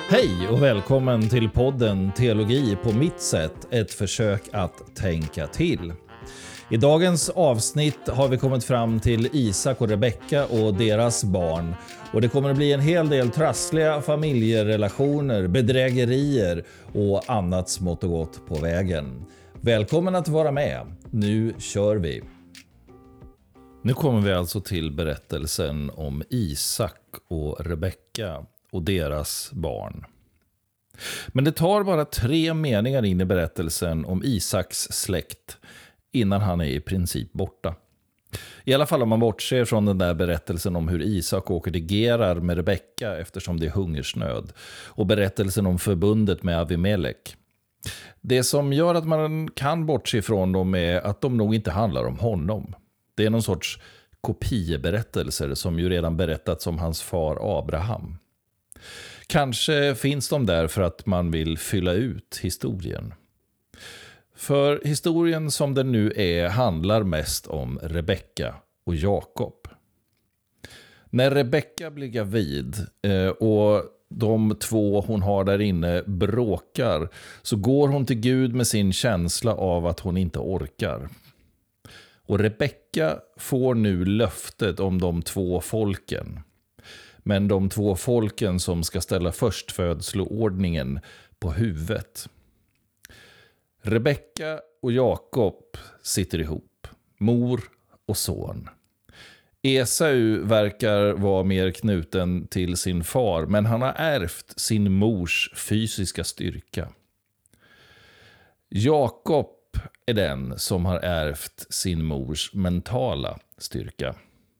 Hej och välkommen till podden Teologi på mitt sätt, ett försök att tänka till. I dagens avsnitt har vi kommit fram till Isak och Rebecka och deras barn. Och det kommer att bli en hel del trassliga familjerelationer, bedrägerier och annat smått och gott på vägen. Välkommen att vara med. Nu kör vi. Nu kommer vi alltså till berättelsen om Isak och Rebecka och deras barn. Men det tar bara 3 meningar in i berättelsen om Isaks släkt innan han är i princip borta. I alla fall om man bortser från den där berättelsen om hur Isak åker till Gerar med Rebecka eftersom det är hungersnöd och berättelsen om förbundet med Avimelek. Det som gör att man kan bortse från dem är att de nog inte handlar om honom. Det är någon sorts kopieberättelser som ju redan berättats om hans far Abraham. Kanske finns de där för att man vill fylla ut historien. För historien som den nu är handlar mest om Rebecka och Jakob. När Rebecka blir gravid och de 2 hon har där inne bråkar så går hon till Gud med sin känsla av att hon inte orkar. Och Rebecka får nu löftet om de 2 folken. Men de 2 folken som ska ställa förstfödsloordningen på huvudet. Rebecka och Jakob sitter ihop. Mor och son. Esau verkar vara mer knuten till sin far, men han har ärvt sin mors fysiska styrka. Jakob är den som har ärvt sin mors mentala styrka.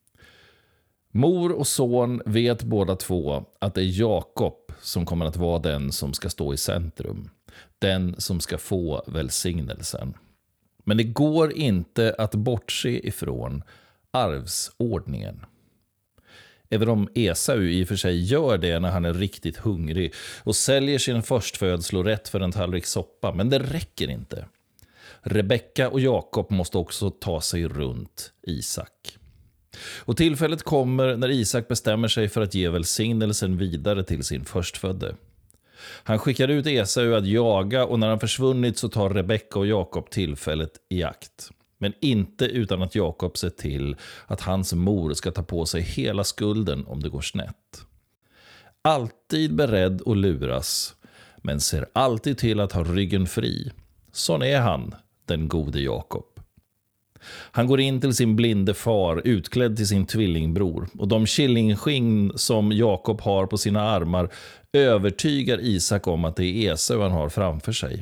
Mor och son vet båda 2 att det är Jakob som kommer att vara den som ska stå i centrum. Den som ska få välsignelsen. Men det går inte att bortse ifrån arvsordningen. Även om Esau i och för sig gör det när han är riktigt hungrig och säljer sin förstfödslorätt för en tallrik soppa. Men det räcker inte. Rebecka och Jakob måste också ta sig runt Isak. Och tillfället kommer när Isak bestämmer sig för att ge välsignelsen vidare till sin förstfödde. Han skickar ut Esau att jaga och när han försvunnit så tar Rebecka och Jakob tillfället i akt. Men inte utan att Jakob ser till att hans mor ska ta på sig hela skulden om det går snett. Alltid beredd att luras, men ser alltid till att ha ryggen fri. Sån är han, den gode Jakob. Han går in till sin blinde far utklädd till sin tvillingbror och de killingskinn som Jakob har på sina armar övertygar Isak om att det är Esau han har framför sig.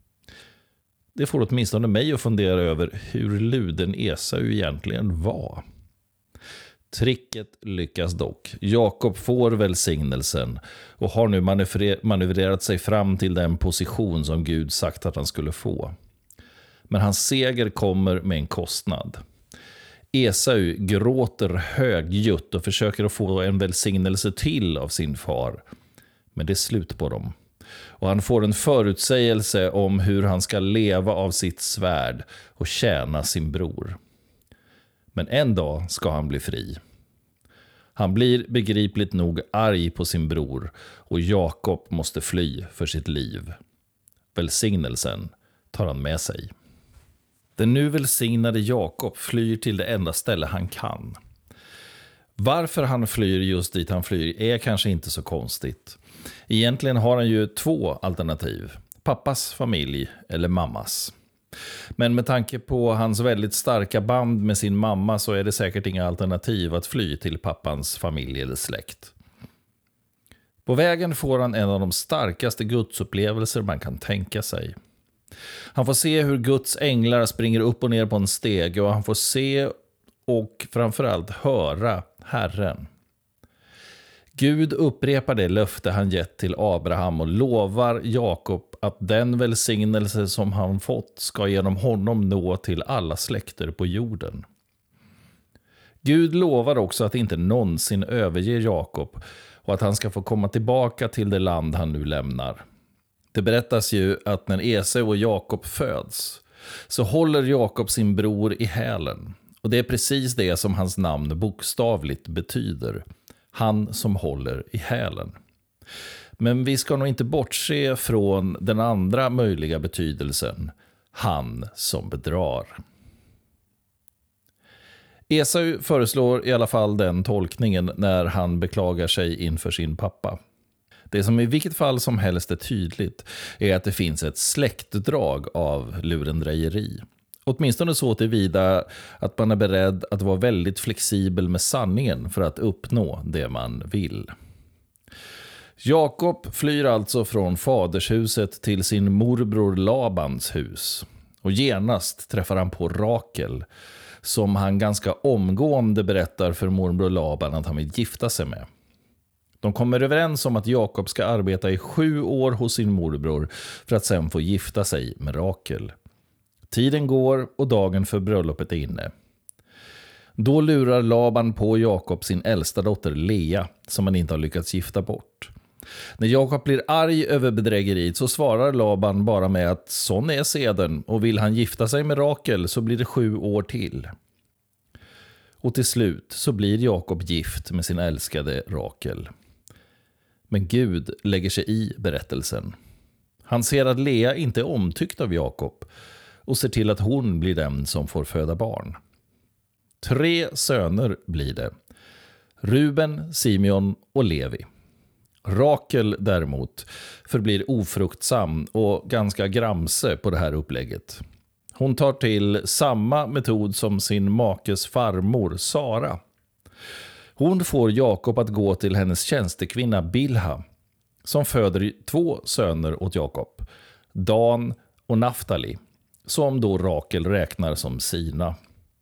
Det får åtminstone mig att fundera över hur luden Esau egentligen var. Tricket lyckas dock. Jakob får välsignelsen och har nu manövrerat sig fram till den position som Gud sagt att han skulle få. Men hans seger kommer med en kostnad. Esau gråter högljutt och försöker att få en välsignelse till av sin far. Men det är slut på dem. Och han får en förutsägelse om hur han ska leva av sitt svärd och tjäna sin bror. Men en dag ska han bli fri. Han blir begripligt nog arg på sin bror och Jakob måste fly för sitt liv. Välsignelsen tar han med sig. Den nu välsignade Jakob flyr till det enda ställe han kan. Varför han flyr just dit han flyr är kanske inte så konstigt. Egentligen har han ju 2 alternativ. Pappas familj eller mammas. Men med tanke på hans väldigt starka band med sin mamma så är det säkert inga alternativ att fly till pappans familj eller släkt. På vägen får han en av de starkaste gudsupplevelser man kan tänka sig. Han får se hur Guds änglar springer upp och ner på en steg och han får se och framförallt höra Herren. Gud upprepar det löfte han gett till Abraham och lovar Jakob att den välsignelse som han fått ska genom honom nå till alla släkter på jorden. Gud lovar också att inte någonsin överge Jakob och att han ska få komma tillbaka till det land han nu lämnar. Det berättas ju att när Esau och Jakob föds så håller Jakob sin bror i hälen. Och det är precis det som hans namn bokstavligt betyder. Han som håller i hälen. Men vi ska nog inte bortse från den andra möjliga betydelsen, han som bedrar. Esau föreslår i alla fall den tolkningen när han beklagar sig inför sin pappa. Det som i vilket fall som helst är tydligt är att det finns ett släktdrag av lurendrejeri. Åtminstone så tillvida att man är beredd att vara väldigt flexibel med sanningen för att uppnå det man vill. Jakob flyr alltså från fadershuset till sin morbror Labans hus. Och genast träffar han på Rakel, som han ganska omgående berättar för morbror Laban att han vill gifta sig med. De kommer överens om att Jakob ska arbeta i 7 år hos sin morbror för att sen få gifta sig med Rakel. Tiden går och dagen för bröllopet är inne. Då lurar Laban på Jakob sin äldsta dotter Lea, som han inte har lyckats gifta bort. När Jakob blir arg över bedrägeriet så svarar Laban bara med att sån är seden, och vill han gifta sig med Rakel så blir det 7 år till. Och till slut så blir Jakob gift med sin älskade Rakel. Men Gud lägger sig i berättelsen. Han ser att Lea inte är omtyckt av Jakob och ser till att hon blir den som får föda barn. 3 söner blir det. Ruben, Simeon och Levi. Rakel däremot förblir ofruktsam och ganska gramse på det här upplägget. Hon tar till samma metod som sin makes farmor Sara. Hon får Jakob att gå till hennes tjänstekvinna Bilha, som föder 2 söner åt Jakob, Dan och Naftali, som då Rakel räknar som sina.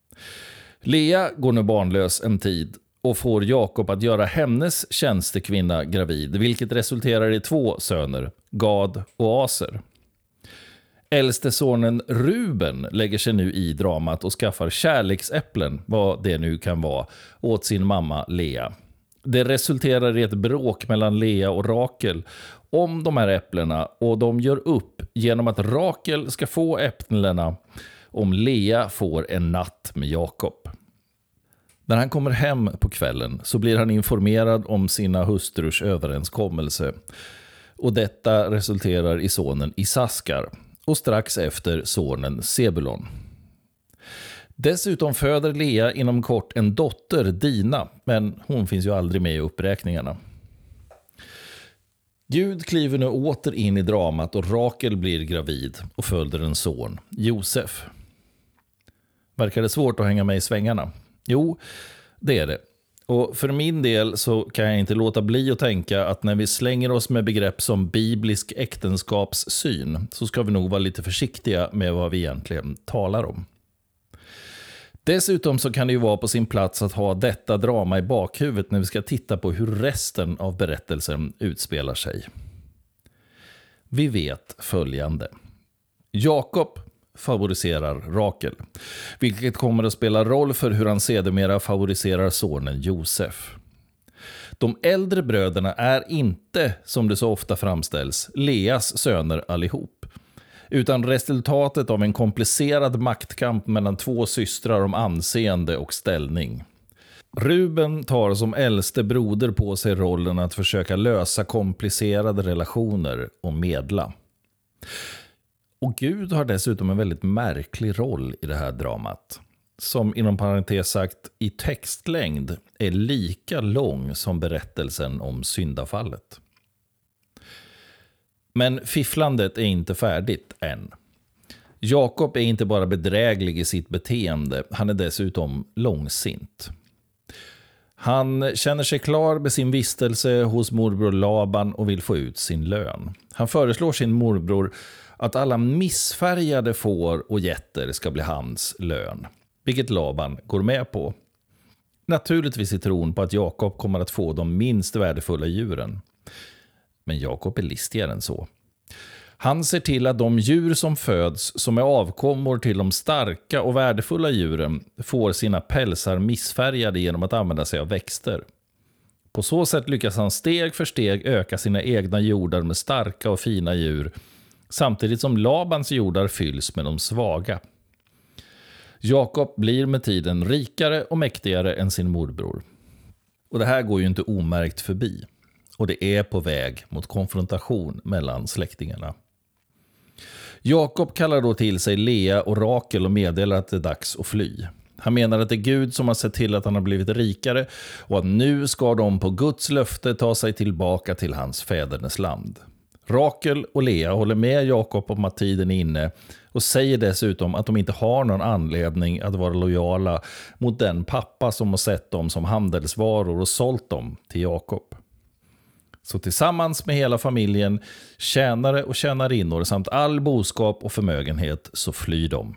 Lea går nu barnlös en tid och får Jakob att göra hennes tjänstekvinna gravid, vilket resulterar i 2 söner, Gad och Aser. Äldste sonen Ruben lägger sig nu i dramat och skaffar kärleksäpplen, vad det nu kan vara, åt sin mamma Lea. Det resulterar i ett bråk mellan Lea och Rakel om de här äpplena, och de gör upp genom att Rakel ska få äpplena om Lea får en natt med Jakob. När han kommer hem på kvällen så blir han informerad om sina hustrus överenskommelse, och detta resulterar i sonen Isaskar och strax efter sonen Sebulon. Dessutom föder Lea inom kort en dotter, Dina, men hon finns ju aldrig med i uppräkningarna. Gud kliver nu åter in i dramat och Rakel blir gravid och föder en son, Josef. Verkar det svårt att hänga med i svängarna? Jo, det är det. Och för min del så kan jag inte låta bli att tänka att när vi slänger oss med begrepp som biblisk äktenskapssyn så ska vi nog vara lite försiktiga med vad vi egentligen talar om. Dessutom så kan det ju vara på sin plats att ha detta drama i bakhuvudet när vi ska titta på hur resten av berättelsen utspelar sig. Vi vet följande. Jakob favoriserar Rakel, vilket kommer att spela roll för hur han sedermera favoriserar sonen Josef. De äldre bröderna är inte, som det så ofta framställs, Leas söner allihop, utan resultatet av en komplicerad maktkamp mellan 2 systrar om anseende och ställning. Ruben tar som äldste broder på sig rollen att försöka lösa komplicerade relationer och medla. Och Gud har dessutom en väldigt märklig roll i det här dramat, som inom parentes sagt i textlängd är lika lång som berättelsen om syndafallet. Men fifflandet är inte färdigt än. Jakob är inte bara bedräglig i sitt beteende, han är dessutom långsint. Han känner sig klar med sin vistelse hos morbror Laban och vill få ut sin lön. Han föreslår sin morbror att alla missfärgade får och getter ska bli hans lön, vilket Laban går med på. Naturligtvis i tron på att Jakob kommer att få de minst värdefulla djuren. Men Jakob är listigare än så. Han ser till att de djur som föds som är avkommor till de starka och värdefulla djuren får sina pälsar missfärgade genom att använda sig av växter. På så sätt lyckas han steg för steg öka sina egna jordar med starka och fina djur, samtidigt som Labans jordar fylls med de svaga. Jakob blir med tiden rikare och mäktigare än sin morbror. Och det här går ju inte omärkt förbi. och det är på väg mot konfrontation mellan släktingarna. Jakob kallar då till sig Lea och Rakel och meddelar att det är dags att fly. Han menar att det är Gud som har sett till att han har blivit rikare och att nu ska de på Guds löfte ta sig tillbaka till hans fädernes land. Rakel och Lea håller med Jakob om att tiden är inne och säger dessutom att de inte har någon anledning att vara lojala mot den pappa som har sett dem som handelsvaror och sålt dem till Jakob. Så tillsammans med hela familjen, tjänare och tjänarinnor samt all boskap och förmögenhet så flyr de.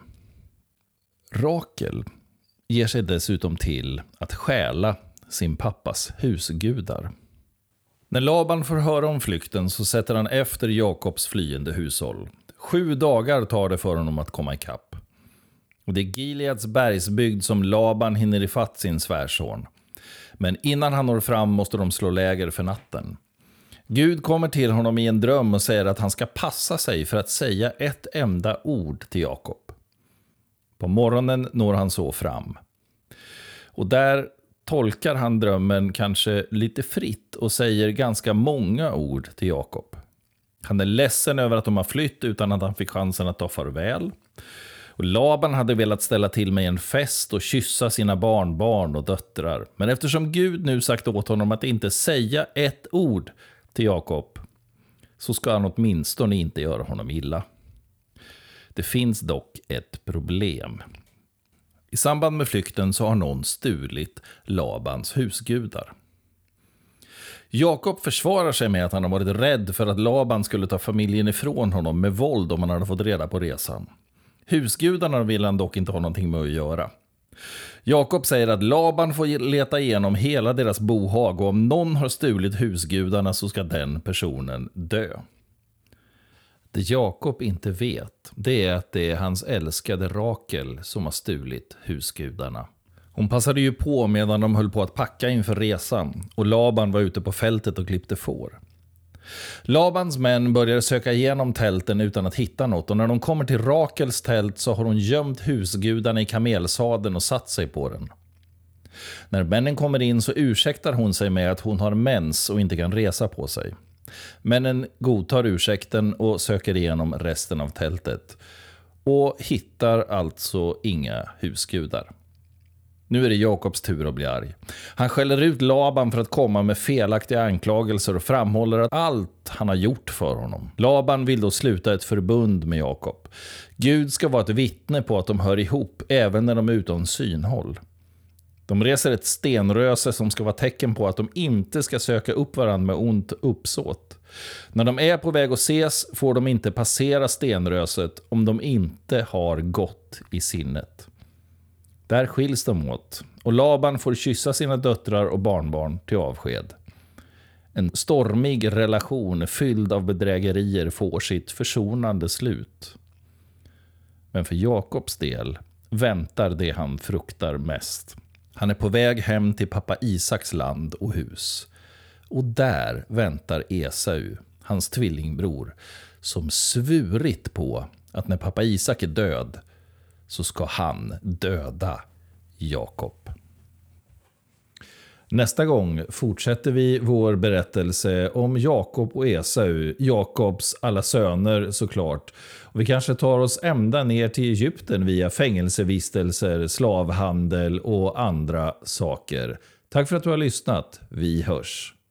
Rakel ger sig dessutom till att stjäla sin pappas husgudar. När Laban får höra om flykten så sätter han efter Jakobs flyende hushåll. 7 dagar tar det för honom att komma ikapp. Och det är Gileads bergsbygd som Laban hinner ifatt sin svärson. Men innan han når fram måste de slå läger för natten. Gud kommer till honom i en dröm och säger att han ska passa sig för att säga ett enda ord till Jakob. På morgonen når han så fram. Och där tolkar han drömmen kanske lite fritt och säger ganska många ord till Jakob. Han är ledsen över att de har flytt utan att han fick chansen att ta farväl. Och Laban hade velat ställa till med en fest och kyssa sina barnbarn och döttrar. Men eftersom Gud nu sagt åt honom att inte säga ett ord till Jakob så ska han åtminstone inte göra honom illa. Det finns dock ett problem. I samband med flykten så har någon stulit Labans husgudar. Jakob försvarar sig med att han har varit rädd för att Laban skulle ta familjen ifrån honom med våld om han hade fått reda på resan. Husgudarna vill han dock inte ha någonting med att göra. Jakob säger att Laban får leta igenom hela deras bohag och om någon har stulit husgudarna så ska den personen dö. Det Jakob inte vet, det är att det är hans älskade Rakel som har stulit husgudarna. Hon passade ju på medan de höll på att packa inför resan och Laban var ute på fältet och klippte får. Labans män började söka igenom tälten utan att hitta något och när de kommer till Rakels tält så har hon gömt husgudarna i kamelsaden och satt sig på den. När männen kommer in så ursäktar hon sig med att hon har mens och inte kan resa på sig. Männen godtar ursäkten och söker igenom resten av tältet och hittar alltså inga husgudar. Nu är det Jakobs tur att bli arg. Han skäller ut Laban för att komma med felaktiga anklagelser och framhåller att allt han har gjort för honom. Laban vill då sluta ett förbund med Jakob. Gud ska vara ett vittne på att de hör ihop även när de är utom synhåll. De reser ett stenröse som ska vara tecken på att de inte ska söka upp varandra med ont uppsåt. När de är på väg att ses får de inte passera stenröset om de inte har gott i sinnet. Där skiljs de åt och Laban får kyssa sina döttrar och barnbarn till avsked. En stormig relation fylld av bedrägerier får sitt försonande slut. Men för Jakobs del väntar det han fruktar mest. Han är på väg hem till pappa Isaks land och hus. Och där väntar Esau, hans tvillingbror, som svurit på att när pappa Isak är död så ska han döda Jakob. Nästa gång fortsätter vi vår berättelse om Jakob och Esau, Jakobs alla söner såklart. Och vi kanske tar oss ända ner till Egypten via fängelsevistelser, slavhandel och andra saker. Tack för att du har lyssnat. Vi hörs.